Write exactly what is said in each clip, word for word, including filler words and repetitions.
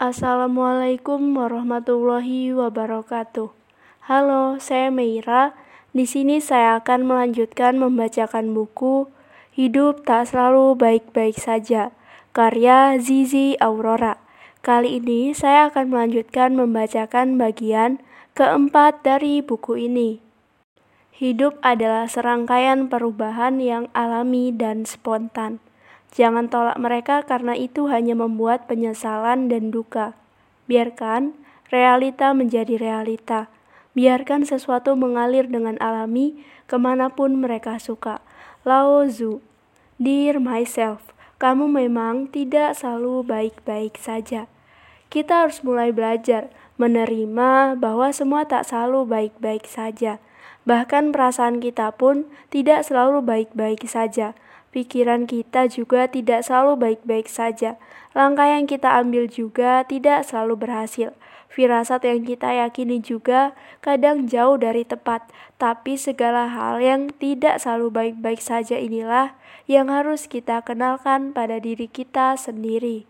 Assalamualaikum warahmatullahi wabarakatuh. Halo, saya Meira. Di sini saya akan melanjutkan membacakan buku Hidup Tak Selalu Baik-Baik Saja, karya Zizi Aurora. Kali ini saya akan melanjutkan membacakan bagian keempat dari buku ini. Hidup adalah serangkaian perubahan yang alami dan spontan. Jangan tolak mereka karena itu hanya membuat penyesalan dan duka. Biarkan realita menjadi realita. Biarkan sesuatu mengalir dengan alami kemanapun mereka suka. Lao Tzu. Dear myself, kamu memang tidak selalu baik-baik saja. Kita harus mulai belajar menerima bahwa semua tak selalu baik-baik saja. Bahkan perasaan kita pun tidak selalu baik-baik saja. Pikiran kita juga tidak selalu baik-baik saja. Langkah yang kita ambil juga tidak selalu berhasil. Firasat yang kita yakini juga kadang jauh dari tepat. Tapi segala hal yang tidak selalu baik-baik saja inilah yang harus kita kenalkan pada diri kita sendiri.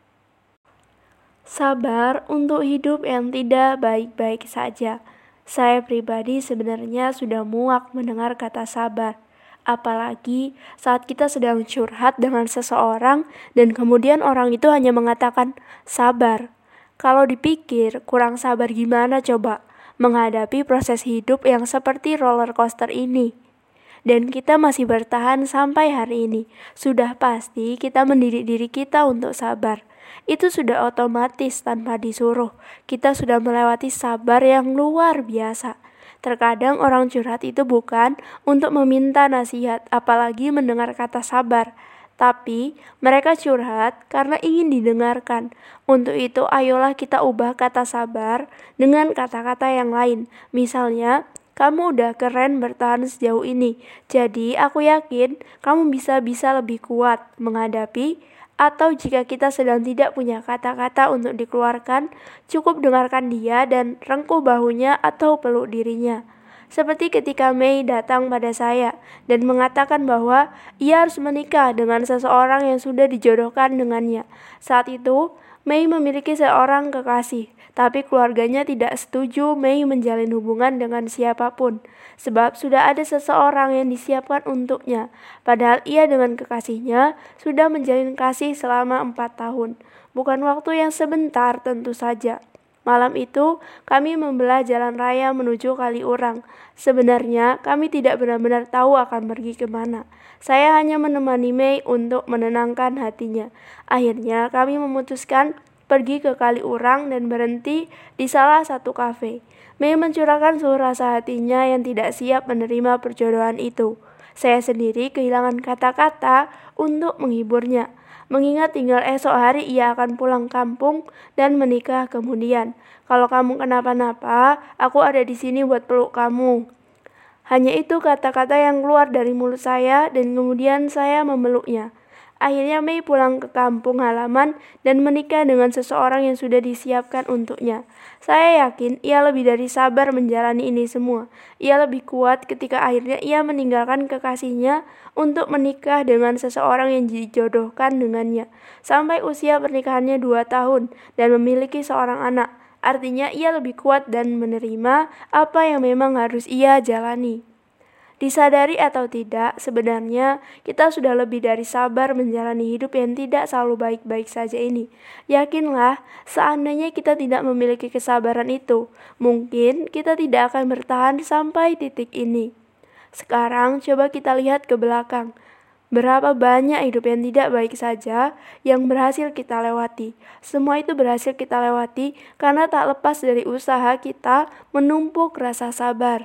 Sabar untuk hidup yang tidak baik-baik saja. Saya pribadi sebenarnya sudah muak mendengar kata sabar. Apalagi saat kita sedang curhat dengan seseorang dan kemudian orang itu hanya mengatakan sabar. Kalau dipikir kurang sabar gimana coba menghadapi proses hidup yang seperti roller coaster ini. Dan kita masih bertahan sampai hari ini. Sudah pasti kita mendidik diri kita untuk sabar. Itu sudah otomatis tanpa disuruh. Kita sudah melewati sabar yang luar biasa. Terkadang orang curhat itu bukan untuk meminta nasihat, apalagi mendengar kata sabar. Tapi mereka curhat karena ingin didengarkan. Untuk itu ayolah kita ubah kata sabar dengan kata-kata yang lain. Misalnya, kamu udah keren bertahan sejauh ini. Jadi aku yakin kamu bisa-bisa lebih kuat menghadapi. Atau jika kita sedang tidak punya kata-kata untuk dikeluarkan, cukup dengarkan dia dan rengkuh bahunya atau peluk dirinya. Seperti ketika Mei datang pada saya dan mengatakan bahwa ia harus menikah dengan seseorang yang sudah dijodohkan dengannya. Saat itu, Mei memiliki seorang kekasih, tapi keluarganya tidak setuju Mei menjalin hubungan dengan siapapun, sebab sudah ada seseorang yang disiapkan untuknya. Padahal ia dengan kekasihnya sudah menjalin kasih selama empat tahun. Bukan waktu yang sebentar tentu saja. Malam itu, kami membelah jalan raya menuju Kaliurang. Sebenarnya, kami tidak benar-benar tahu akan pergi kemana. Saya hanya menemani Mei untuk menenangkan hatinya. Akhirnya, kami memutuskan pergi ke Kaliurang dan berhenti di salah satu kafe. Mei mencurahkan seluruh rasa hatinya yang tidak siap menerima perjodohan itu. Saya sendiri kehilangan kata-kata untuk menghiburnya. Mengingat tinggal esok hari ia akan pulang kampung dan menikah kemudian. Kalau kamu kenapa-napa, aku ada di sini buat peluk kamu. Hanya itu kata-kata yang keluar dari mulut saya dan kemudian saya memeluknya. Akhirnya Mei pulang ke kampung halaman dan menikah dengan seseorang yang sudah disiapkan untuknya. Saya yakin ia lebih dari sabar menjalani ini semua. Ia lebih kuat ketika akhirnya ia meninggalkan kekasihnya untuk menikah dengan seseorang yang dijodohkan dengannya. Sampai usia pernikahannya dua tahun dan memiliki seorang anak. Artinya ia lebih kuat dan menerima apa yang memang harus ia jalani. Disadari atau tidak, sebenarnya kita sudah lebih dari sabar menjalani hidup yang tidak selalu baik-baik saja ini. Yakinlah, seandainya kita tidak memiliki kesabaran itu, mungkin kita tidak akan bertahan sampai titik ini. Sekarang coba kita lihat ke belakang. Berapa banyak hidup yang tidak baik saja yang berhasil kita lewati. Semua itu berhasil kita lewati karena tak lepas dari usaha kita menumpuk rasa sabar.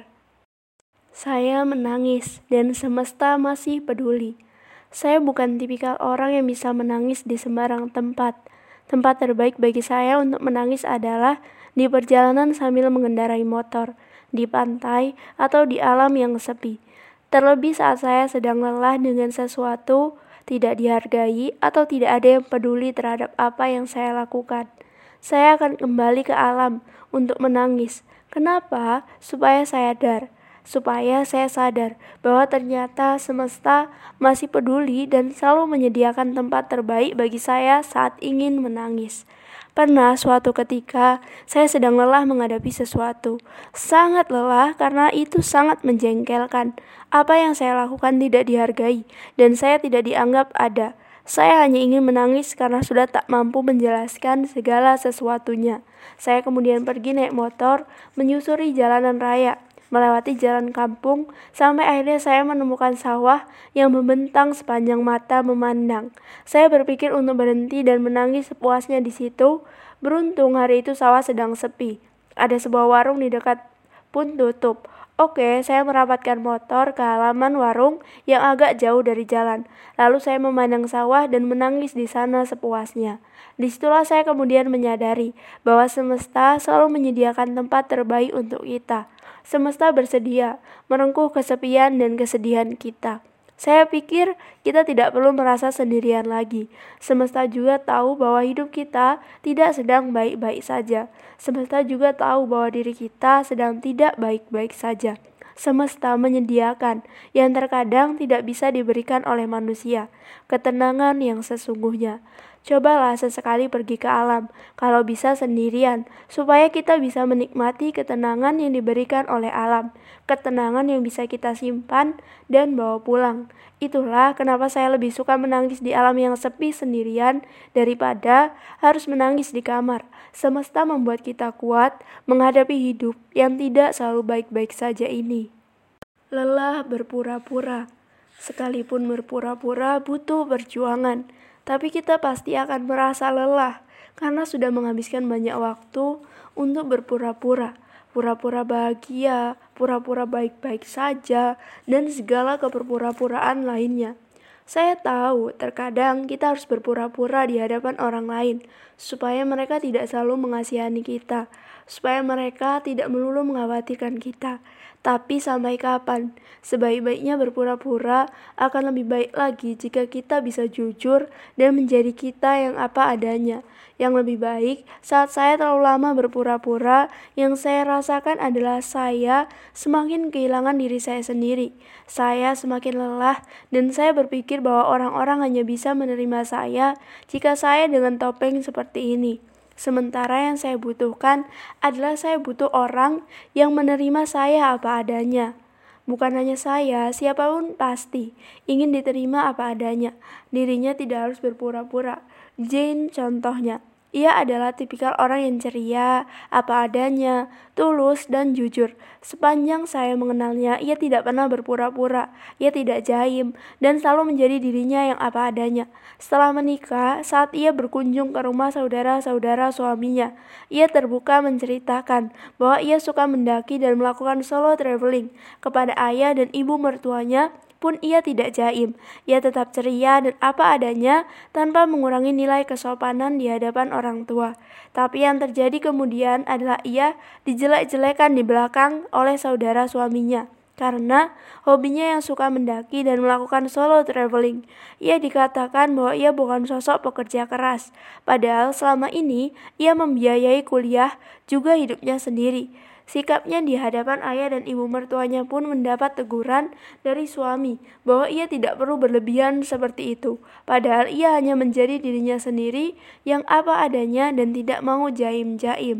Saya menangis dan semesta masih peduli. Saya bukan tipikal orang yang bisa menangis di sembarang tempat. Tempat terbaik bagi saya untuk menangis adalah di perjalanan sambil mengendarai motor, di pantai, atau di alam yang sepi. Terlebih saat saya sedang lelah dengan sesuatu, tidak dihargai, atau tidak ada yang peduli terhadap apa yang saya lakukan. Saya akan kembali ke alam untuk menangis. Kenapa? Supaya sadar. supaya saya sadar bahwa ternyata semesta masih peduli dan selalu menyediakan tempat terbaik bagi saya saat ingin menangis. Pernah suatu ketika saya sedang lelah menghadapi sesuatu. Sangat lelah karena itu sangat menjengkelkan. Apa yang saya lakukan tidak dihargai dan saya tidak dianggap ada. Saya hanya ingin menangis karena sudah tak mampu menjelaskan segala sesuatunya. Saya kemudian pergi naik motor, menyusuri jalanan raya, melewati jalan kampung, sampai akhirnya saya menemukan sawah yang membentang sepanjang mata memandang. Saya berpikir untuk berhenti dan menangis sepuasnya di situ. Beruntung hari itu sawah sedang sepi. Ada sebuah warung di dekat pun tutup. Oke, saya merapatkan motor ke halaman warung yang agak jauh dari jalan. Lalu saya memandang sawah dan menangis di sana sepuasnya. Disitulah saya kemudian menyadari bahwa semesta selalu menyediakan tempat terbaik untuk kita. Semesta bersedia merengkuh kesepian dan kesedihan kita. Saya pikir kita tidak perlu merasa sendirian lagi. Semesta juga tahu bahwa hidup kita tidak sedang baik-baik saja. Semesta juga tahu bahwa diri kita sedang tidak baik-baik saja. Semesta menyediakan yang terkadang tidak bisa diberikan oleh manusia, ketenangan yang sesungguhnya. Cobalah sesekali pergi ke alam, kalau bisa sendirian, supaya kita bisa menikmati ketenangan yang diberikan oleh alam, ketenangan yang bisa kita simpan dan bawa pulang. Itulah kenapa saya lebih suka menangis di alam yang sepi sendirian daripada harus menangis di kamar. Semesta membuat kita kuat menghadapi hidup yang tidak selalu baik-baik saja ini. Lelah berpura-pura. Sekalipun berpura-pura butuh perjuangan, tapi kita pasti akan merasa lelah karena sudah menghabiskan banyak waktu untuk berpura-pura. Pura-pura bahagia, pura-pura baik-baik saja, dan segala keperpura-puraan lainnya. Saya tahu terkadang kita harus berpura-pura di hadapan orang lain, supaya mereka tidak selalu mengasihani kita, supaya mereka tidak melulu mengkhawatirkan kita. Tapi sampai kapan? Sebaik-baiknya berpura-pura akan lebih baik lagi jika kita bisa jujur dan menjadi kita yang apa adanya. Yang lebih baik saat saya terlalu lama berpura-pura, yang saya rasakan adalah saya semakin kehilangan diri saya sendiri. Saya semakin lelah dan saya berpikir bahwa orang-orang hanya bisa menerima saya jika saya dengan topeng seperti ini. Sementara yang saya butuhkan adalah saya butuh orang yang menerima saya apa adanya. Bukan hanya saya, siapapun pasti ingin diterima apa adanya. Dirinya tidak harus berpura-pura. Jane contohnya. Ia adalah tipikal orang yang ceria, apa adanya, tulus dan jujur. Sepanjang saya mengenalnya, ia tidak pernah berpura-pura, ia tidak jaim, dan selalu menjadi dirinya yang apa adanya. Setelah menikah, saat ia berkunjung ke rumah saudara-saudara suaminya, ia terbuka menceritakan bahwa ia suka mendaki dan melakukan solo traveling. Kepada ayah dan ibu mertuanya pun ia tidak jaim. Ia tetap ceria dan apa adanya tanpa mengurangi nilai kesopanan di hadapan orang tua. Tapi yang terjadi kemudian adalah ia dijelek-jelekan di belakang oleh saudara suaminya karena hobinya yang suka mendaki dan melakukan solo traveling. Ia dikatakan bahwa ia bukan sosok pekerja keras, padahal selama ini ia membiayai kuliah juga hidupnya sendiri. Sikapnya di hadapan ayah dan ibu mertuanya pun mendapat teguran dari suami bahwa ia tidak perlu berlebihan seperti itu. Padahal ia hanya menjadi dirinya sendiri yang apa adanya dan tidak mau jaim-jaim.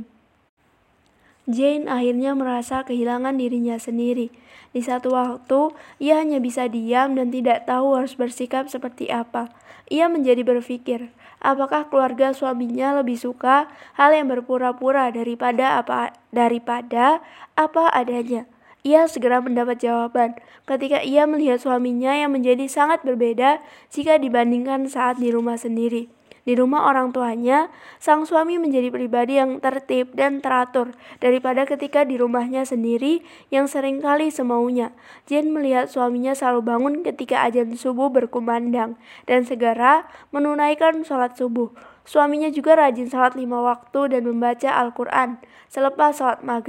Jane akhirnya merasa kehilangan dirinya sendiri. Di satu waktu, ia hanya bisa diam dan tidak tahu harus bersikap seperti apa. Ia menjadi berpikir, apakah keluarga suaminya lebih suka hal yang berpura-pura daripada apa daripada apa adanya. Ia segera mendapat jawaban ketika ia melihat suaminya yang menjadi sangat berbeda jika dibandingkan saat di rumah sendiri. Di rumah orang tuanya, sang suami menjadi pribadi yang tertib dan teratur daripada ketika di rumahnya sendiri yang seringkali semaunya. Jane melihat suaminya selalu bangun ketika azan subuh berkumandang dan segera menunaikan sholat subuh. Suaminya juga rajin sholat lima waktu dan membaca Al-Quran selepas sholat maghrib.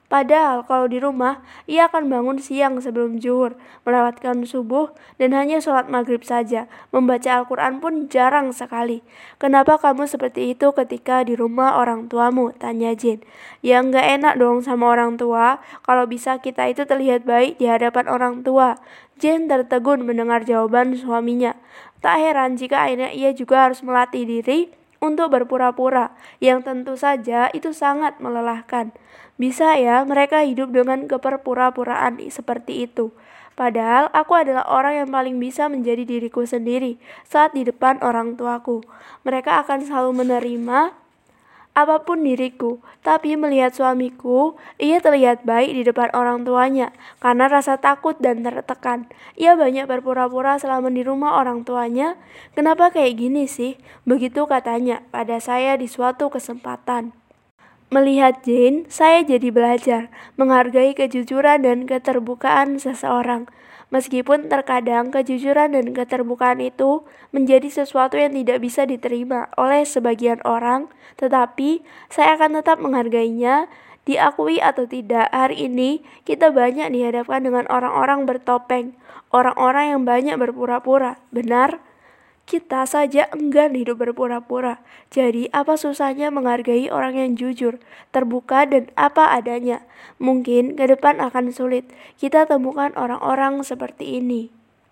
Padahal kalau di rumah, ia akan bangun siang sebelum zuhur, melewatkan subuh, dan hanya sholat maghrib saja. Membaca Al-Quran pun jarang sekali. Kenapa kamu seperti itu ketika di rumah orang tuamu? Tanya Jane. Ya nggak enak dong sama orang tua, kalau bisa kita itu terlihat baik di hadapan orang tua. Jane tertegun mendengar jawaban suaminya. Tak heran jika akhirnya ia juga harus melatih diri untuk berpura-pura, yang tentu saja itu sangat melelahkan. Bisa ya mereka hidup dengan keperpura-puraan seperti itu. Padahal aku adalah orang yang paling bisa menjadi diriku sendiri saat di depan orang tuaku. Mereka akan selalu menerima apapun diriku, tapi melihat suamiku, ia terlihat baik di depan orang tuanya karena rasa takut dan tertekan. Ia banyak berpura-pura selama di rumah orang tuanya. Kenapa kayak gini sih? Begitu katanya pada saya di suatu kesempatan. Melihat Jane, saya jadi belajar menghargai kejujuran dan keterbukaan seseorang. Meskipun terkadang kejujuran dan keterbukaan itu menjadi sesuatu yang tidak bisa diterima oleh sebagian orang, tetapi saya akan tetap menghargainya, diakui atau tidak. Hari ini kita banyak dihadapkan dengan orang-orang bertopeng, orang-orang yang banyak berpura-pura. Benar? Kita saja enggan hidup berpura-pura. Jadi apa susahnya menghargai orang yang jujur, terbuka dan apa adanya? Mungkin ke depan akan sulit kita temukan orang-orang seperti ini.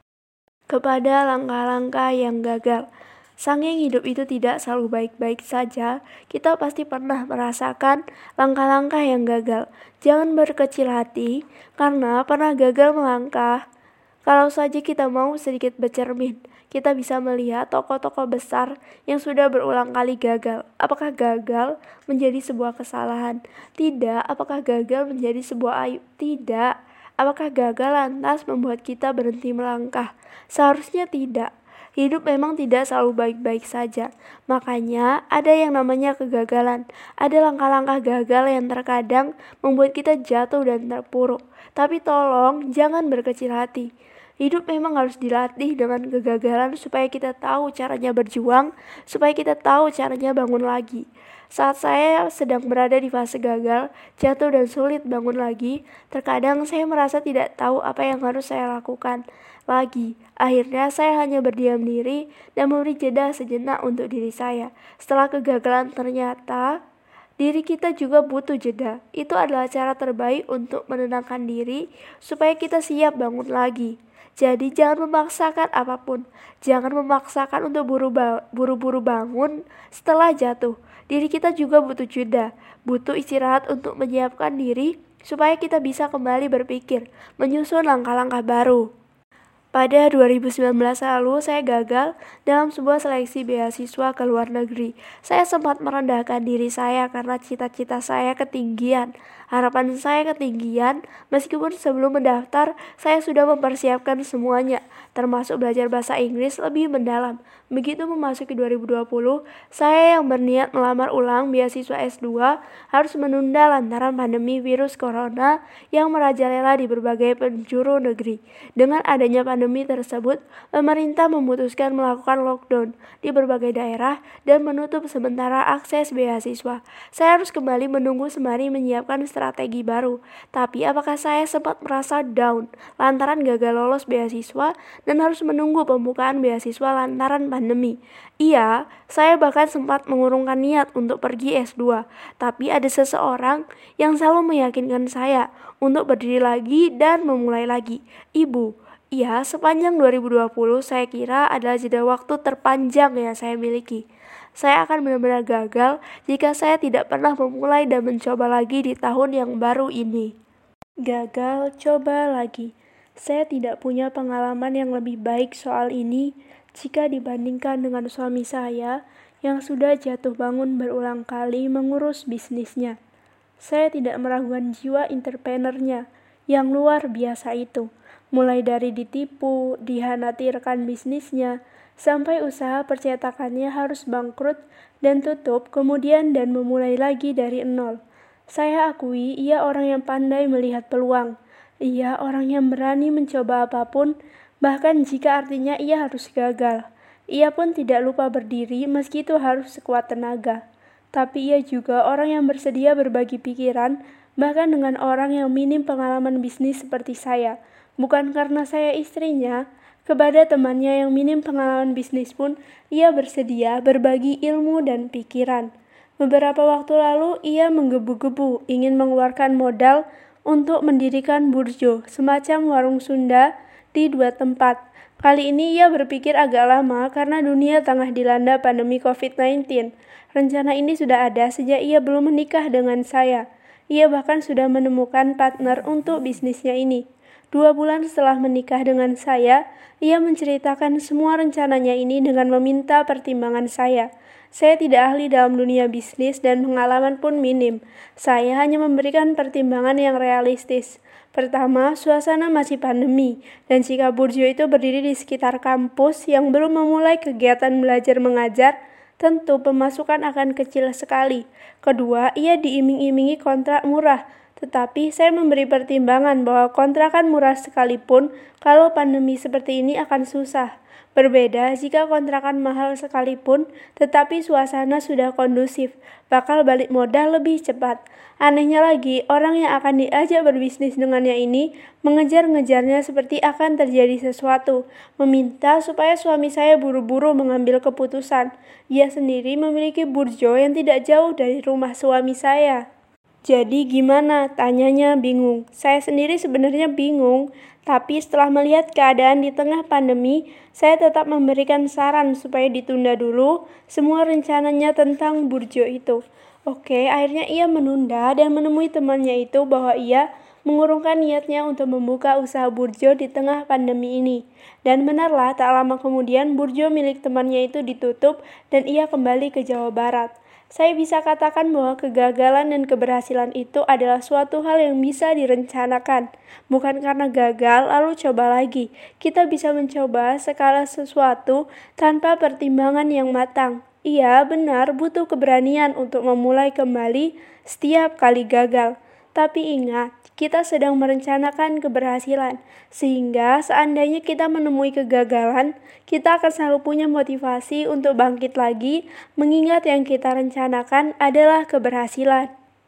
Kepada langkah-langkah yang gagal. Saking hidup itu tidak selalu baik-baik saja, kita pasti pernah merasakan langkah-langkah yang gagal. Jangan berkecil hati karena pernah gagal melangkah. Kalau saja kita mau sedikit bercermin, kita bisa melihat tokoh-tokoh besar yang sudah berulang kali gagal. Apakah gagal menjadi sebuah kesalahan? Tidak. Apakah gagal menjadi sebuah aib? Tidak. Apakah gagal lantas membuat kita berhenti melangkah? Seharusnya tidak. Hidup memang tidak selalu baik-baik saja. Makanya ada yang namanya kegagalan. Ada langkah-langkah gagal yang terkadang membuat kita jatuh dan terpuruk. Tapi tolong jangan berkecil hati. Hidup memang harus dilatih dengan kegagalan supaya kita tahu caranya berjuang, supaya kita tahu caranya bangun lagi. Saat saya sedang berada di fase gagal, jatuh dan sulit bangun lagi, terkadang saya merasa tidak tahu apa yang harus saya lakukan lagi. Akhirnya saya hanya berdiam diri dan memberi jeda sejenak untuk diri saya. Setelah kegagalan ternyata diri kita juga butuh jeda. Itu adalah cara terbaik untuk menenangkan diri supaya kita siap bangun lagi. Jadi jangan memaksakan apapun. Jangan memaksakan untuk buru-buru bangun setelah jatuh. Diri kita juga butuh jeda, butuh istirahat untuk menyiapkan diri supaya kita bisa kembali berpikir, menyusun langkah-langkah baru. Pada dua ribu sembilan belas lalu, saya gagal dalam sebuah seleksi beasiswa ke luar negeri. Saya sempat merendahkan diri saya karena cita-cita saya ketinggian. Harapan saya ketinggian, meskipun sebelum mendaftar, saya sudah mempersiapkan semuanya, termasuk belajar bahasa Inggris lebih mendalam. Begitu memasuki dua ribu dua puluh, saya yang berniat melamar ulang beasiswa S dua harus menunda lantaran pandemi virus corona yang merajalela di berbagai penjuru negeri. Dengan adanya pandemi tersebut, pemerintah memutuskan melakukan lockdown di berbagai daerah dan menutup sementara akses beasiswa. Saya harus kembali menunggu sembari menyiapkan strategi baru. Tapi apakah saya sempat merasa down lantaran gagal lolos beasiswa dan harus menunggu pembukaan beasiswa lantaran pandemi? Iya, saya bahkan sempat mengurungkan niat untuk pergi S dua. Tapi ada seseorang yang selalu meyakinkan saya untuk berdiri lagi dan memulai lagi. Ibu. Iya, sepanjang dua ribu dua puluh saya kira adalah jeda waktu terpanjang yang saya miliki. Saya akan benar-benar gagal jika saya tidak pernah memulai dan mencoba lagi di tahun yang baru ini. Gagal, coba lagi. Saya tidak punya pengalaman yang lebih baik soal ini jika dibandingkan dengan suami saya yang sudah jatuh bangun berulang kali mengurus bisnisnya. Saya tidak meragukan jiwa entrepreneurnya yang luar biasa itu. Mulai dari ditipu, dihianati rekan bisnisnya, sampai usaha percetakannya harus bangkrut dan tutup kemudian dan memulai lagi dari nol. Saya akui ia orang yang pandai melihat peluang. Ia orang yang berani mencoba apapun, bahkan jika artinya ia harus gagal. Ia pun tidak lupa berdiri meski itu harus sekuat tenaga. Tapi ia juga orang yang bersedia berbagi pikiran, bahkan dengan orang yang minim pengalaman bisnis seperti saya. Bukan karena saya istrinya, kepada temannya yang minim pengalaman bisnis pun ia bersedia berbagi ilmu dan pikiran. Beberapa waktu lalu ia menggebu-gebu ingin mengeluarkan modal untuk mendirikan burjo, semacam warung Sunda di dua tempat. Kali ini ia berpikir agak lama karena dunia tengah dilanda pandemi covid sembilan belas. Rencana ini sudah ada sejak ia belum menikah dengan saya. Ia bahkan sudah menemukan partner untuk bisnisnya ini. Dua bulan setelah menikah dengan saya, ia menceritakan semua rencananya ini dengan meminta pertimbangan saya. Saya tidak ahli dalam dunia bisnis dan pengalaman pun minim. Saya hanya memberikan pertimbangan yang realistis. Pertama, suasana masih pandemi, dan jika burjo itu berdiri di sekitar kampus yang belum memulai kegiatan belajar mengajar, tentu pemasukan akan kecil sekali. Kedua, ia diiming-imingi kontrak murah, tetapi saya memberi pertimbangan bahwa kontrakan murah sekalipun kalau pandemi seperti ini akan susah. Berbeda jika kontrakan mahal sekalipun, tetapi suasana sudah kondusif, bakal balik modal lebih cepat. Anehnya lagi, orang yang akan diajak berbisnis dengannya ini mengejar-ngejarnya seperti akan terjadi sesuatu, meminta supaya suami saya buru-buru mengambil keputusan. Ia sendiri memiliki burjo yang tidak jauh dari rumah suami saya. Jadi gimana? Tanyanya bingung. Saya sendiri sebenarnya bingung, tapi setelah melihat keadaan di tengah pandemi, saya tetap memberikan saran supaya ditunda dulu semua rencananya tentang burjo itu. Oke, akhirnya ia menunda dan menemui temannya itu bahwa ia mengurungkan niatnya untuk membuka usaha burjo di tengah pandemi ini. Dan benarlah, tak lama kemudian burjo milik temannya itu ditutup dan ia kembali ke Jawa Barat. Saya bisa katakan bahwa kegagalan dan keberhasilan itu adalah suatu hal yang bisa direncanakan. Bukan karena gagal lalu coba lagi. Kita bisa mencoba segala sesuatu tanpa pertimbangan yang matang. Iya, benar, butuh keberanian untuk memulai kembali setiap kali gagal. Tapi ingat, kita sedang merencanakan keberhasilan, sehingga seandainya kita menemui kegagalan, kita akan selalu punya motivasi untuk bangkit lagi, mengingat yang kita rencanakan adalah keberhasilan.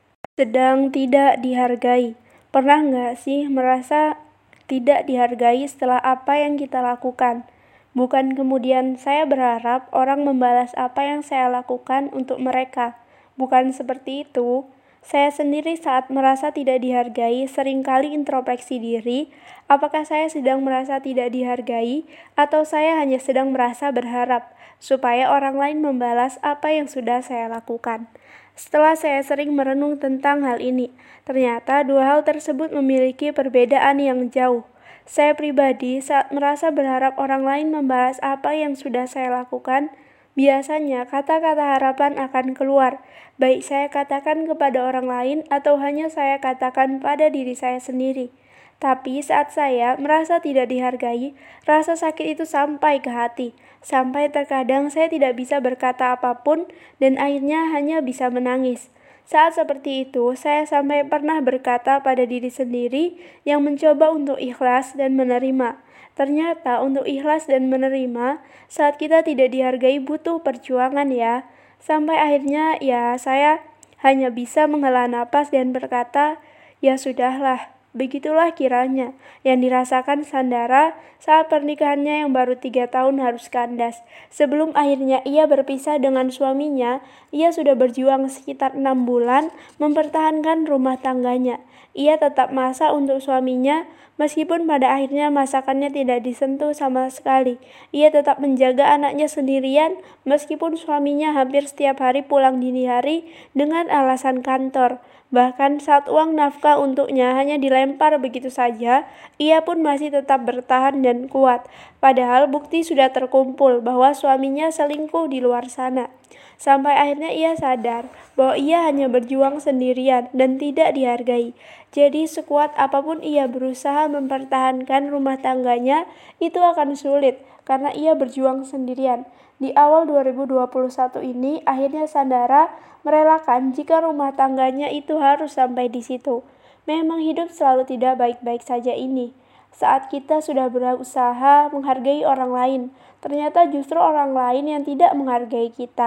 Sedang tidak dihargai. Pernah nggak sih merasa tidak dihargai setelah apa yang kita lakukan? Bukan kemudian saya berharap orang membalas apa yang saya lakukan untuk mereka. Bukan seperti itu. Saya sendiri saat merasa tidak dihargai seringkali introspeksi diri, apakah saya sedang merasa tidak dihargai atau saya hanya sedang merasa berharap supaya orang lain membalas apa yang sudah saya lakukan. Setelah saya sering merenung tentang hal ini, ternyata dua hal tersebut memiliki perbedaan yang jauh. Saya pribadi saat merasa berharap orang lain membalas apa yang sudah saya lakukan, biasanya kata-kata harapan akan keluar, baik saya katakan kepada orang lain atau hanya saya katakan pada diri saya sendiri. Tapi saat saya merasa tidak dihargai, rasa sakit itu sampai ke hati, sampai terkadang saya tidak bisa berkata apapun dan akhirnya hanya bisa menangis. Saat seperti itu, saya sampai pernah berkata pada diri sendiri yang mencoba untuk ikhlas dan menerima. Ternyata untuk ikhlas dan menerima, saat kita tidak dihargai butuh perjuangan ya. Sampai akhirnya ya saya hanya bisa menghela napas dan berkata, ya sudahlah, begitulah kiranya yang dirasakan Sandara saat pernikahannya yang baru tiga tahun harus kandas. Sebelum akhirnya ia berpisah dengan suaminya, ia sudah berjuang sekitar enam bulan mempertahankan rumah tangganya. Ia tetap masak untuk suaminya, meskipun pada akhirnya masakannya tidak disentuh sama sekali. Ia tetap menjaga anaknya sendirian, meskipun suaminya hampir setiap hari pulang dini hari dengan alasan kantor. Bahkan saat uang nafkah untuknya hanya dilempar begitu saja, ia pun masih tetap bertahan dan kuat. Padahal bukti sudah terkumpul bahwa suaminya selingkuh di luar sana. Sampai akhirnya ia sadar bahwa ia hanya berjuang sendirian dan tidak dihargai. Jadi sekuat apapun ia berusaha mempertahankan rumah tangganya, itu akan sulit karena ia berjuang sendirian. Di awal dua ribu dua puluh satu ini, akhirnya Sandara merelakan jika rumah tangganya itu harus sampai di situ. Memang hidup selalu tidak baik-baik saja ini. Saat kita sudah berusaha menghargai orang lain, ternyata justru orang lain yang tidak menghargai kita.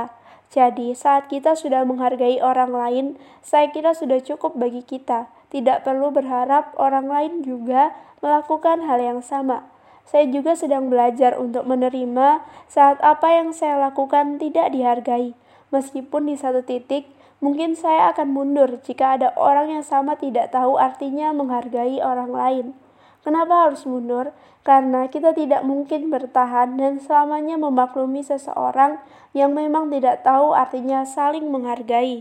Jadi, saat kita sudah menghargai orang lain, saya kira sudah cukup bagi kita. Tidak perlu berharap orang lain juga melakukan hal yang sama. Saya juga sedang belajar untuk menerima saat apa yang saya lakukan tidak dihargai. Meskipun di satu titik, mungkin saya akan mundur jika ada orang yang sama tidak tahu artinya menghargai orang lain. Kenapa harus mundur? Karena kita tidak mungkin bertahan dan selamanya memaklumi seseorang yang memang tidak tahu artinya saling menghargai.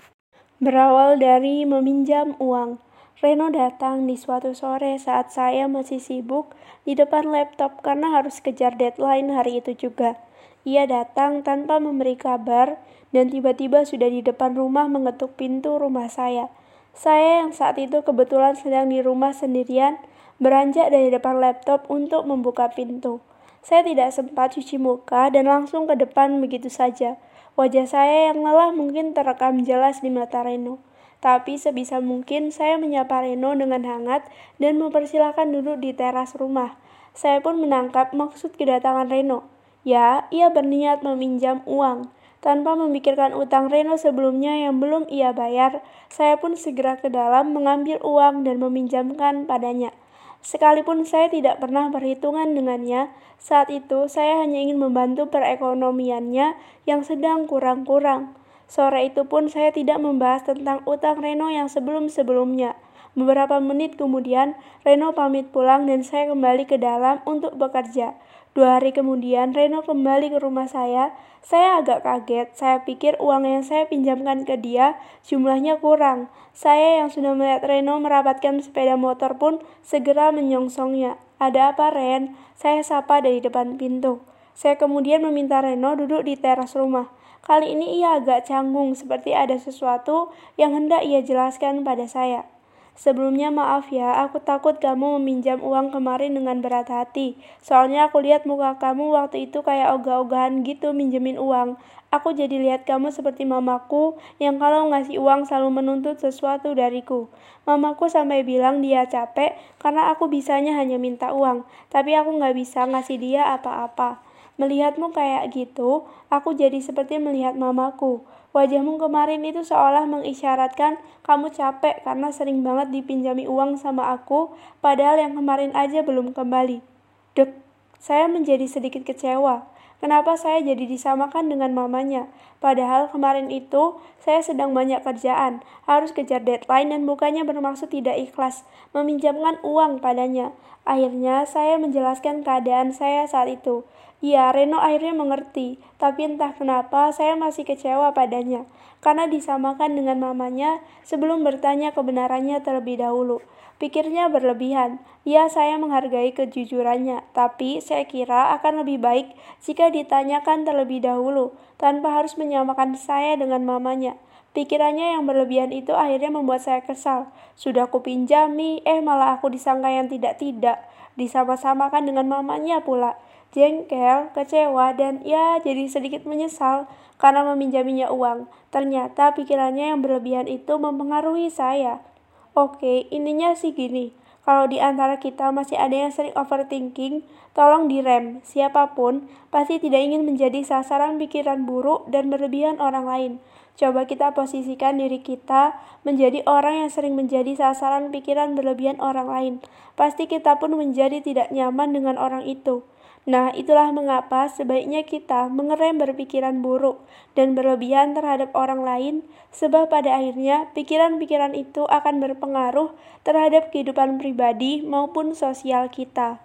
Berawal dari meminjam uang. Reno datang di suatu sore saat saya masih sibuk di depan laptop karena harus kejar deadline hari itu juga. Ia datang tanpa memberi kabar dan tiba-tiba sudah di depan rumah mengetuk pintu rumah saya. Saya yang saat itu kebetulan sedang di rumah sendirian, beranjak dari depan laptop untuk membuka pintu. Saya tidak sempat cuci muka dan langsung ke depan begitu saja. Wajah saya yang lelah mungkin terekam jelas di mata Reno. Tapi sebisa mungkin saya menyapa Reno dengan hangat dan mempersilahkan duduk di teras rumah. Saya pun menangkap maksud kedatangan Reno. Ya, ia berniat meminjam uang. Tanpa memikirkan utang Reno sebelumnya yang belum ia bayar, saya pun segera ke dalam mengambil uang dan meminjamkan padanya. Sekalipun saya tidak pernah berhitungan dengannya, saat itu saya hanya ingin membantu perekonomiannya yang sedang kurang-kurang. Sore itu pun saya tidak membahas tentang utang Reno yang sebelum-sebelumnya. Beberapa menit kemudian, Reno pamit pulang dan saya kembali ke dalam untuk bekerja. Dua hari kemudian, Reno kembali ke rumah saya. Saya agak kaget, saya pikir uang yang saya pinjamkan ke dia jumlahnya kurang. Saya yang sudah melihat Reno merapatkan sepeda motor pun segera menyongsongnya. Ada apa, Ren? Saya sapa dari depan pintu. Saya kemudian meminta Reno duduk di teras rumah. Kali ini ia agak canggung, seperti ada sesuatu yang hendak ia jelaskan pada saya. Sebelumnya maaf ya, aku takut kamu meminjam uang kemarin dengan berat hati. Soalnya aku lihat muka kamu waktu itu kayak ogah-ogahan gitu minjemin uang. Aku jadi lihat kamu seperti mamaku yang kalau ngasih uang selalu menuntut sesuatu dariku. Mamaku sampai bilang dia capek karena aku bisanya hanya minta uang, tapi aku nggak bisa ngasih dia apa-apa. Melihatmu kayak gitu, aku jadi seperti melihat mamaku. Wajahmu kemarin itu seolah mengisyaratkan kamu capek karena sering banget dipinjami uang sama aku, padahal yang kemarin aja belum kembali. Dek, saya menjadi sedikit kecewa. Kenapa saya jadi disamakan dengan mamanya? Padahal kemarin itu saya sedang banyak kerjaan, harus kejar deadline dan bukannya bermaksud tidak ikhlas meminjamkan uang padanya. Akhirnya saya menjelaskan keadaan saya saat itu. Ya, Reno akhirnya mengerti, tapi entah kenapa saya masih kecewa padanya, karena disamakan dengan mamanya sebelum bertanya kebenarannya terlebih dahulu. Pikirnya berlebihan, ya saya menghargai kejujurannya, tapi saya kira akan lebih baik jika ditanyakan terlebih dahulu, tanpa harus menyamakan saya dengan mamanya. Pikirannya yang berlebihan itu akhirnya membuat saya kesal. Sudah kupinjami, eh malah aku disangka yang tidak-tidak, disama-samakan dengan mamanya pula. Jengkel, kecewa, dan ya jadi sedikit menyesal karena meminjaminya uang. Ternyata pikirannya yang berlebihan itu mempengaruhi saya. Oke, intinya sih gini. Kalau di antara kita masih ada yang sering overthinking, tolong direm. Siapapun pasti tidak ingin menjadi sasaran pikiran buruk dan berlebihan orang lain. Coba kita posisikan diri kita menjadi orang yang sering menjadi sasaran pikiran berlebihan orang lain. Pasti kita pun menjadi tidak nyaman dengan orang itu. Nah, itulah mengapa sebaiknya kita mengerem berpikiran buruk dan berlebihan terhadap orang lain, sebab pada akhirnya pikiran-pikiran itu akan berpengaruh terhadap kehidupan pribadi maupun sosial kita.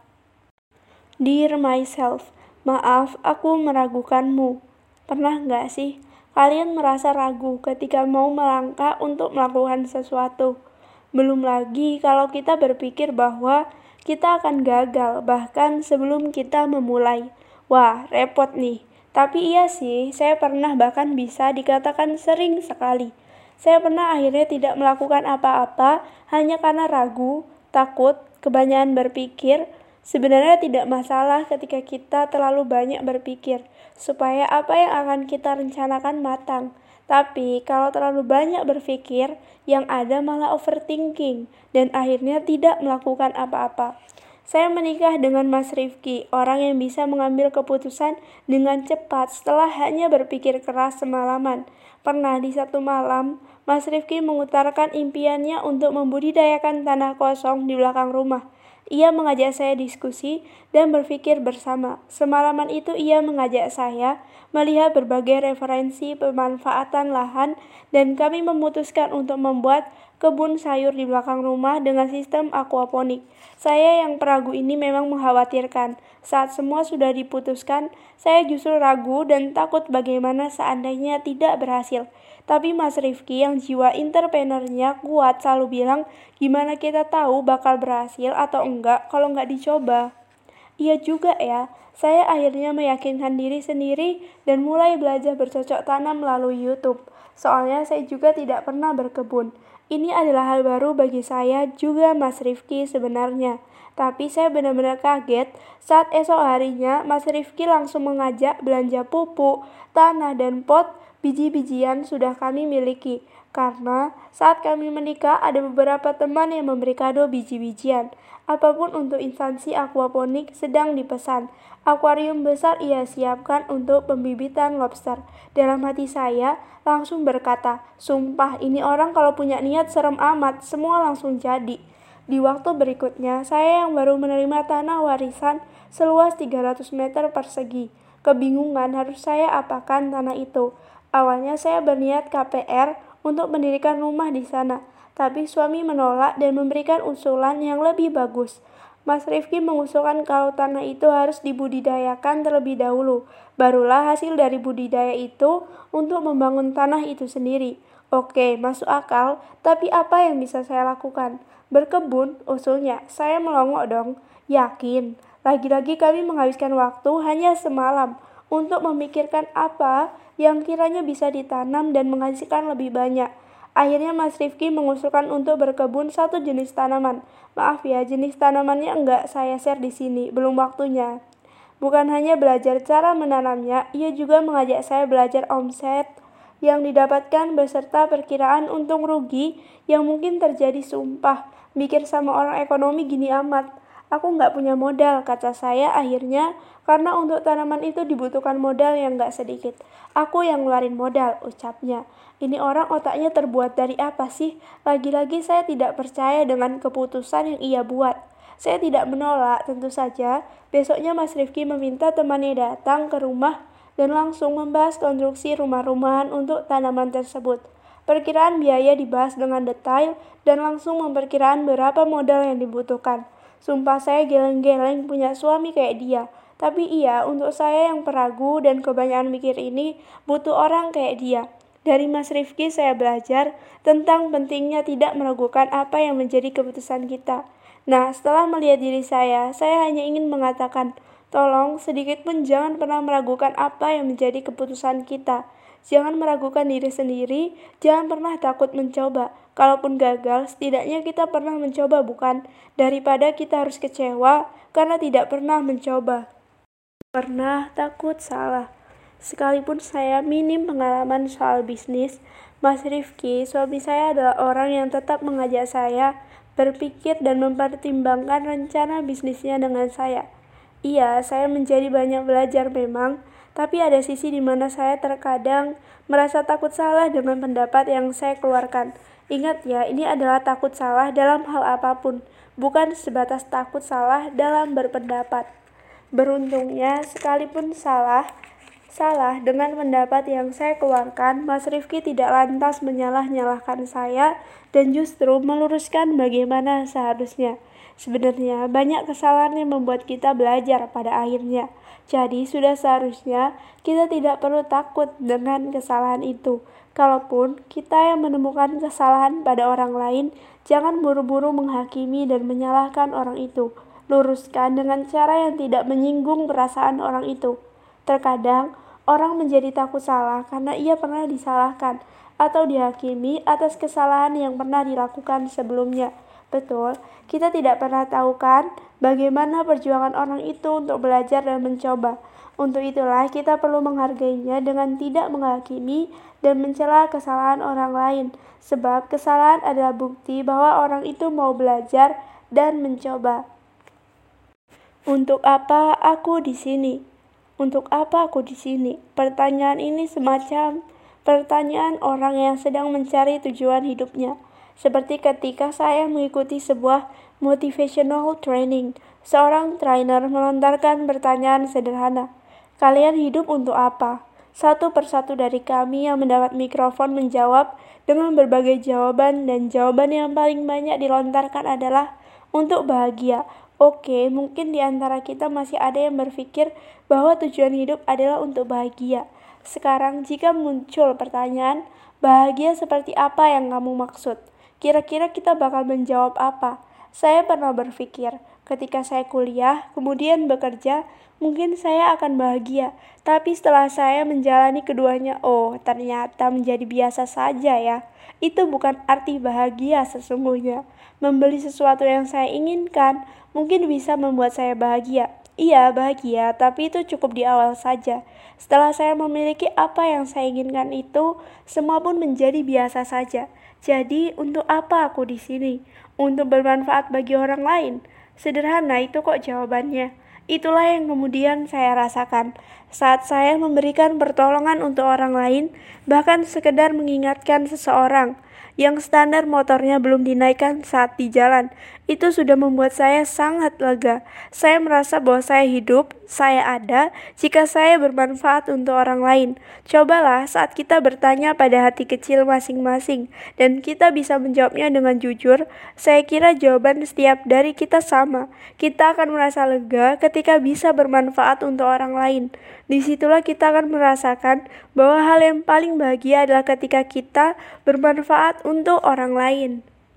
Dear myself, maaf aku meragukanmu. Pernah nggak sih kalian merasa ragu ketika mau melangkah untuk melakukan sesuatu? Belum lagi kalau kita berpikir bahwa kita akan gagal bahkan sebelum kita memulai. Wah, repot nih. Tapi iya sih, saya pernah bahkan bisa dikatakan sering sekali. Saya pernah akhirnya tidak melakukan apa-apa hanya karena ragu, takut, kebanyakan berpikir. Sebenarnya tidak masalah ketika kita terlalu banyak berpikir, supaya apa yang akan kita rencanakan matang. Tapi kalau terlalu banyak berpikir, yang ada malah overthinking dan akhirnya tidak melakukan apa-apa. Saya menikah dengan Mas Rifki, orang yang bisa mengambil keputusan dengan cepat setelah hanya berpikir keras semalaman. Pernah di satu malam, Mas Rifki mengutarakan impiannya untuk membudidayakan tanah kosong di belakang rumah. Ia mengajak saya diskusi dan berpikir bersama. Semalaman itu ia mengajak saya melihat berbagai referensi pemanfaatan lahan dan kami memutuskan untuk membuat kebun sayur di belakang rumah dengan sistem aquaponik. Saya yang peragu ini memang mengkhawatirkan. Saat semua sudah diputuskan, saya justru ragu dan takut bagaimana seandainya tidak berhasil. Tapi Mas Rifki yang jiwa entrepreneurnya kuat selalu bilang, gimana kita tahu bakal berhasil atau enggak kalau enggak dicoba. Iya juga ya, saya akhirnya meyakinkan diri sendiri dan mulai belajar bercocok tanam melalui YouTube. Soalnya saya juga tidak pernah berkebun. Ini adalah hal baru bagi saya juga Mas Rifki sebenarnya. Tapi saya benar-benar kaget saat esok harinya Mas Rifki langsung mengajak belanja pupuk, tanah, dan pot biji-bijian sudah kami miliki. Karena saat kami menikah ada beberapa teman yang memberi kado biji-bijian. Apapun untuk instansi aquaponik sedang dipesan. Akuarium besar ia siapkan untuk pembibitan lobster. Dalam hati saya langsung berkata, sumpah ini orang kalau punya niat serem amat, semua langsung jadi. Di waktu berikutnya, saya yang baru menerima tanah warisan seluas tiga ratus meter persegi. Kebingungan harus saya apakan tanah itu. Awalnya saya berniat K P R untuk mendirikan rumah di sana, tapi suami menolak dan memberikan usulan yang lebih bagus. Mas Rifki mengusulkan kalau tanah itu harus dibudidayakan terlebih dahulu, barulah hasil dari budidaya itu untuk membangun tanah itu sendiri. Oke, masuk akal, tapi apa yang bisa saya lakukan? Berkebun, usulnya. Saya melongok dong. Yakin? Lagi-lagi kami menghabiskan waktu hanya semalam untuk memikirkan apa yang kiranya bisa ditanam dan menghasilkan lebih banyak. Akhirnya Mas Rifki mengusulkan untuk berkebun satu jenis tanaman. Maaf ya, jenis tanamannya enggak saya share di sini, belum waktunya. Bukan hanya belajar cara menanamnya, ia juga mengajak saya belajar omset yang didapatkan beserta perkiraan untung rugi yang mungkin terjadi. Sumpah, mikir sama orang ekonomi gini amat. Aku nggak punya modal, kata saya akhirnya, karena untuk tanaman itu dibutuhkan modal yang nggak sedikit. Aku yang ngeluarin modal, ucapnya. Ini orang otaknya terbuat dari apa sih? Lagi-lagi saya tidak percaya dengan keputusan yang ia buat. Saya tidak menolak, tentu saja. Besoknya Mas Rifki meminta temannya datang ke rumah dan langsung membahas konstruksi rumah-rumahan untuk tanaman tersebut. Perkiraan biaya dibahas dengan detail dan langsung memperkirakan berapa modal yang dibutuhkan. Sumpah saya geleng-geleng punya suami kayak dia. Tapi iya, untuk saya yang peragu dan kebanyakan mikir ini, butuh orang kayak dia. Dari Mas Rifki saya belajar tentang pentingnya tidak meragukan apa yang menjadi keputusan kita. Nah, setelah melihat diri saya, saya hanya ingin mengatakan, tolong sedikit pun jangan pernah meragukan apa yang menjadi keputusan kita. Jangan meragukan diri sendiri, jangan pernah takut mencoba. Kalaupun gagal, setidaknya kita pernah mencoba, bukan? Daripada kita harus kecewa karena tidak pernah mencoba. Pernah takut salah. Sekalipun saya minim pengalaman soal bisnis, Mas Rifki, suami saya adalah orang yang tetap mengajak saya berpikir dan mempertimbangkan rencana bisnisnya dengan saya. Iya, saya menjadi banyak belajar memang, tapi ada sisi di mana saya terkadang merasa takut salah dengan pendapat yang saya keluarkan. Ingat ya, ini adalah takut salah dalam hal apapun, bukan sebatas takut salah dalam berpendapat. Beruntungnya, sekalipun salah, salah dengan pendapat yang saya keluarkan, Mas Rifki tidak lantas menyalah-nyalahkan saya dan justru meluruskan bagaimana seharusnya. Sebenarnya banyak kesalahan yang membuat kita belajar pada akhirnya. Jadi sudah seharusnya kita tidak perlu takut dengan kesalahan itu. Kalaupun kita yang menemukan kesalahan pada orang lain, jangan buru-buru menghakimi dan menyalahkan orang itu. Luruskan dengan cara yang tidak menyinggung perasaan orang itu. Terkadang orang menjadi takut salah karena ia pernah disalahkan atau dihakimi atas kesalahan yang pernah dilakukan sebelumnya. Betul, kita tidak pernah tahu kan bagaimana perjuangan orang itu untuk belajar dan mencoba. Untuk itulah kita perlu menghargainya dengan tidak menghakimi dan mencela kesalahan orang lain. Sebab kesalahan adalah bukti bahwa orang itu mau belajar dan mencoba. Untuk apa aku di sini? Untuk apa aku di sini? Pertanyaan ini semacam pertanyaan orang yang sedang mencari tujuan hidupnya. Seperti ketika saya mengikuti sebuah motivational training, seorang trainer melontarkan pertanyaan sederhana. Kalian hidup untuk apa? Satu persatu dari kami yang mendapat mikrofon menjawab dengan berbagai jawaban, dan jawaban yang paling banyak dilontarkan adalah untuk bahagia. Oke, mungkin di antara kita masih ada yang berpikir bahwa tujuan hidup adalah untuk bahagia. Sekarang jika muncul pertanyaan, bahagia seperti apa yang kamu maksud? Kira-kira kita bakal menjawab apa? Saya pernah berpikir, ketika saya kuliah, kemudian bekerja, mungkin saya akan bahagia. Tapi setelah saya menjalani keduanya, oh ternyata menjadi biasa saja ya. Itu bukan arti bahagia sesungguhnya. Membeli sesuatu yang saya inginkan mungkin bisa membuat saya bahagia. Iya, bahagia, tapi itu cukup di awal saja. Setelah saya memiliki apa yang saya inginkan itu, semua pun menjadi biasa saja. Jadi, untuk apa aku di sini? Untuk bermanfaat bagi orang lain. Sederhana itu kok jawabannya. Itulah yang kemudian saya rasakan saat saya memberikan pertolongan untuk orang lain, bahkan sekedar mengingatkan seseorang yang standar motornya belum dinaikkan saat di jalan. Itu sudah membuat saya sangat lega. Saya merasa bahwa saya hidup, saya ada, jika saya bermanfaat untuk orang lain. Cobalah saat kita bertanya pada hati kecil masing-masing, dan kita bisa menjawabnya dengan jujur, saya kira jawaban setiap dari kita sama. Kita akan merasa lega ketika bisa bermanfaat untuk orang lain. Disitulah kita akan merasakan bahwa hal yang paling bahagia adalah ketika kita bermanfaat untuk orang lain.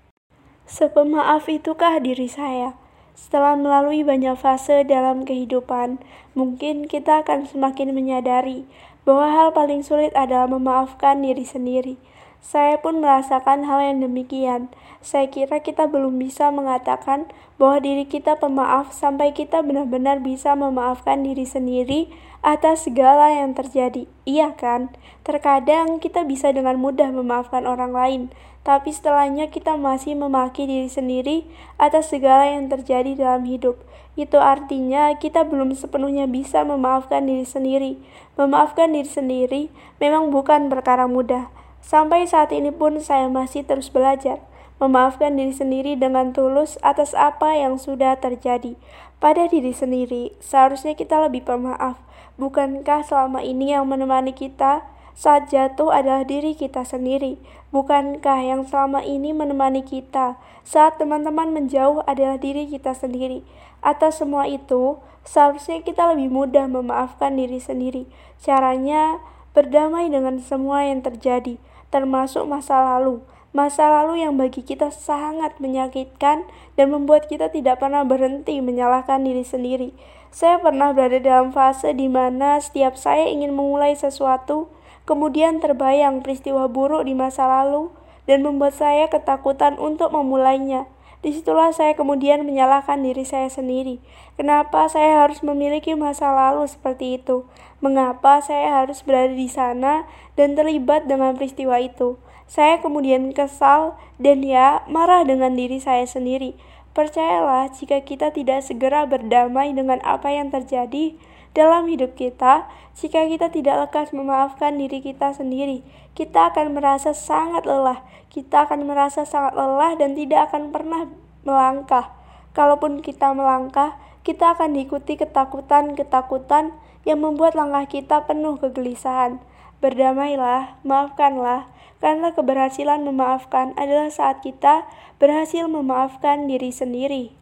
Sepemaaf itukah diri saya? Setelah melalui banyak fase dalam kehidupan, mungkin kita akan semakin menyadari bahwa hal paling sulit adalah memaafkan diri sendiri. Saya pun merasakan hal yang demikian. Saya kira kita belum bisa mengatakan bahwa diri kita pemaaf sampai kita benar-benar bisa memaafkan diri sendiri atas segala yang terjadi. Iya kan? Terkadang kita bisa dengan mudah memaafkan orang lain, tapi setelahnya kita masih memaki diri sendiri atas segala yang terjadi dalam hidup. Itu artinya kita belum sepenuhnya bisa memaafkan diri sendiri. Memaafkan diri sendiri memang bukan perkara mudah. Sampai saat ini pun saya masih terus belajar memaafkan diri sendiri dengan tulus atas apa yang sudah terjadi pada diri sendiri. Seharusnya kita lebih pemaaf. Bukankah selama ini yang menemani kita saat jatuh adalah diri kita sendiri? Bukankah yang selama ini menemani kita saat teman-teman menjauh adalah diri kita sendiri? Atas semua itu, seharusnya kita lebih mudah memaafkan diri sendiri. Caranya berdamai dengan semua yang terjadi, termasuk masa lalu. Masa lalu yang bagi kita sangat menyakitkan dan membuat kita tidak pernah berhenti menyalahkan diri sendiri. Saya pernah berada dalam fase di mana setiap saya ingin memulai sesuatu, kemudian terbayang peristiwa buruk di masa lalu dan membuat saya ketakutan untuk memulainya. Disitulah saya kemudian menyalahkan diri saya sendiri. Kenapa saya harus memiliki masa lalu seperti itu? Mengapa saya harus berada di sana dan terlibat dengan peristiwa itu? Saya kemudian kesal dan ya marah dengan diri saya sendiri. Percayalah, jika kita tidak segera berdamai dengan apa yang terjadi dalam hidup kita, jika kita tidak lekas memaafkan diri kita sendiri, kita akan merasa sangat lelah. Kita akan merasa sangat lelah dan tidak akan pernah melangkah. Kalaupun kita melangkah, kita akan diikuti ketakutan-ketakutan yang membuat langkah kita penuh kegelisahan. Berdamailah, maafkanlah, karena keberhasilan memaafkan adalah saat kita berhasil memaafkan diri sendiri.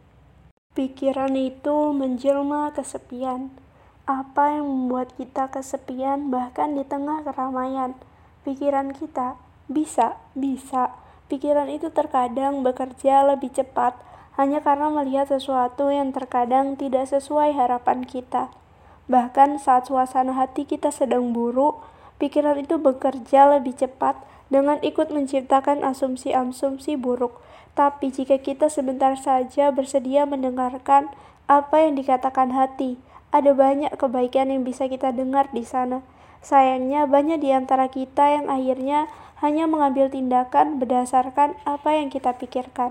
Pikiran itu menjelma kesepian. Apa yang membuat kita kesepian bahkan di tengah keramaian? Pikiran kita bisa, bisa. Pikiran itu terkadang bekerja lebih cepat hanya karena melihat sesuatu yang terkadang tidak sesuai harapan kita. Bahkan saat suasana hati kita sedang buruk, pikiran itu bekerja lebih cepat dengan ikut menciptakan asumsi-asumsi buruk. Tapi jika kita sebentar saja bersedia mendengarkan apa yang dikatakan hati, ada banyak kebaikan yang bisa kita dengar di sana. Sayangnya banyak di antara kita yang akhirnya hanya mengambil tindakan berdasarkan apa yang kita pikirkan.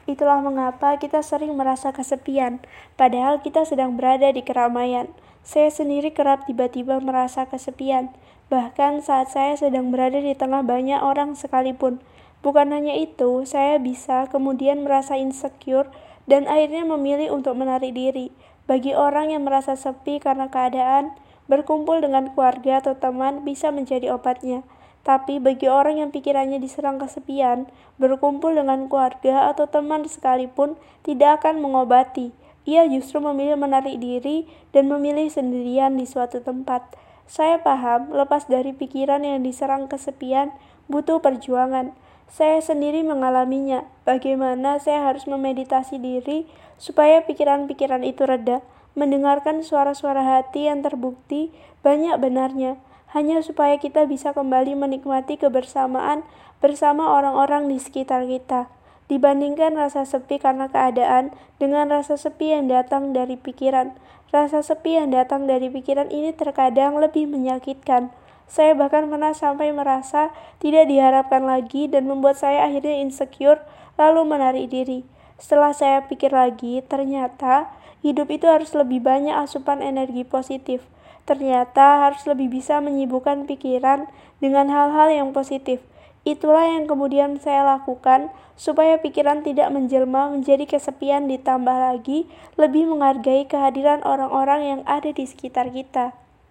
Itulah mengapa kita sering merasa kesepian, padahal kita sedang berada di keramaian. Saya sendiri kerap tiba-tiba merasa kesepian, bahkan saat saya sedang berada di tengah banyak orang sekalipun. Bukan hanya itu, saya bisa kemudian merasa insecure dan akhirnya memilih untuk menarik diri. Bagi orang yang merasa sepi karena keadaan, berkumpul dengan keluarga atau teman bisa menjadi obatnya. Tapi bagi orang yang pikirannya diserang kesepian, berkumpul dengan keluarga atau teman sekalipun tidak akan mengobati. Ia justru memilih menarik diri dan memilih sendirian di suatu tempat. Saya paham, lepas dari pikiran yang diserang kesepian, butuh perjuangan. Saya sendiri mengalaminya, bagaimana saya harus memeditasi diri supaya pikiran-pikiran itu reda, mendengarkan suara-suara hati yang terbukti banyak benarnya, hanya supaya kita bisa kembali menikmati kebersamaan bersama orang-orang di sekitar kita. Dibandingkan rasa sepi karena keadaan dengan rasa sepi yang datang dari pikiran, rasa sepi yang datang dari pikiran ini terkadang lebih menyakitkan. Saya bahkan pernah sampai merasa tidak diharapkan lagi dan membuat saya akhirnya insecure lalu menarik diri. Setelah saya pikir lagi, ternyata hidup itu harus lebih banyak asupan energi positif. Ternyata harus lebih bisa menyibukkan pikiran dengan hal-hal yang positif. Itulah yang kemudian saya lakukan supaya pikiran tidak menjelma menjadi kesepian, ditambah lagi lebih menghargai kehadiran orang-orang yang ada di sekitar kita.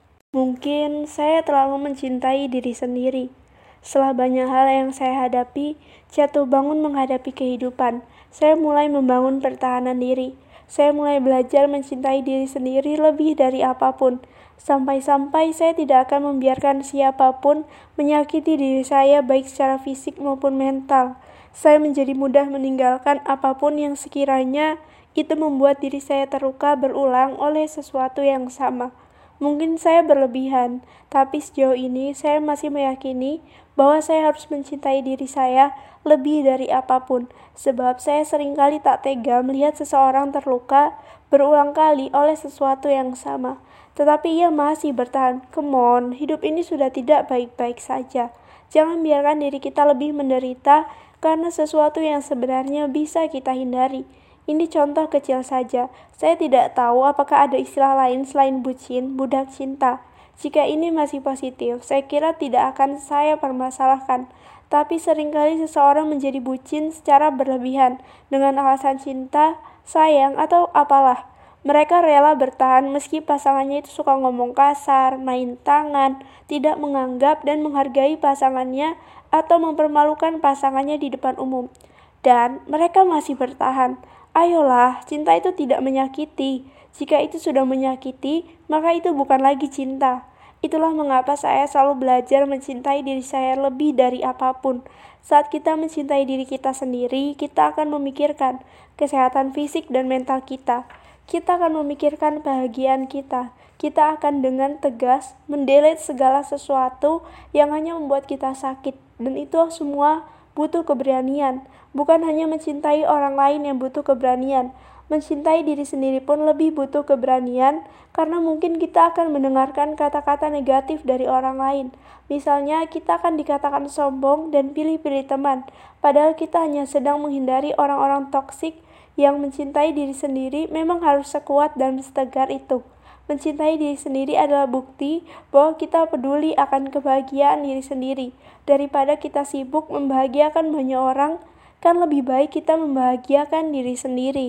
Mungkin saya terlalu mencintai diri sendiri. Setelah banyak hal yang saya hadapi, jatuh bangun menghadapi kehidupan, saya mulai membangun pertahanan diri. Saya mulai belajar mencintai diri sendiri lebih dari apapun. Sampai-sampai saya tidak akan membiarkan siapapun menyakiti diri saya baik secara fisik maupun mental. Saya menjadi mudah meninggalkan apapun yang sekiranya itu membuat diri saya terluka berulang oleh sesuatu yang sama. Mungkin saya berlebihan, tapi sejauh ini saya masih meyakini bahwa saya harus mencintai diri saya lebih dari apapun, sebab saya seringkali tak tega melihat seseorang terluka berulang kali oleh sesuatu yang sama. Tetapi ia masih bertahan. Come on, hidup ini sudah tidak baik-baik saja. Jangan biarkan diri kita lebih menderita karena sesuatu yang sebenarnya bisa kita hindari. Ini contoh kecil saja. Saya tidak tahu apakah ada istilah lain selain bucin, budak cinta. Jika ini masih positif, saya kira tidak akan saya permasalahkan. Tapi seringkali seseorang menjadi bucin secara berlebihan dengan alasan cinta, sayang, atau apalah. Mereka rela bertahan meski pasangannya itu suka ngomong kasar, main tangan, tidak menganggap dan menghargai pasangannya, atau mempermalukan pasangannya di depan umum. Dan mereka masih bertahan. Ayolah, cinta itu tidak menyakiti. Jika itu sudah menyakiti, maka itu bukan lagi cinta. Itulah mengapa saya selalu belajar mencintai diri saya lebih dari apapun. Saat kita mencintai diri kita sendiri, kita akan memikirkan kesehatan fisik dan mental kita. Kita akan memikirkan kebahagiaan kita. Kita akan dengan tegas mendelete segala sesuatu yang hanya membuat kita sakit. Dan itu semua butuh keberanian. Bukan hanya mencintai orang lain yang butuh keberanian. Mencintai diri sendiri pun lebih butuh keberanian karena mungkin kita akan mendengarkan kata-kata negatif dari orang lain. Misalnya kita akan dikatakan sombong dan pilih-pilih teman. Padahal kita hanya sedang menghindari orang-orang toksik. Yang mencintai diri sendiri memang harus sekuat dan setegar itu. Mencintai diri sendiri adalah bukti bahwa kita peduli akan kebahagiaan diri sendiri. Daripada kita sibuk membahagiakan banyak orang, kan lebih baik kita membahagiakan diri sendiri.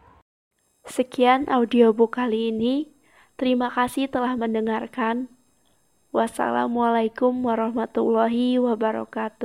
Sekian audiobook kali ini. Terima kasih telah mendengarkan. Wassalamualaikum warahmatullahi wabarakatuh.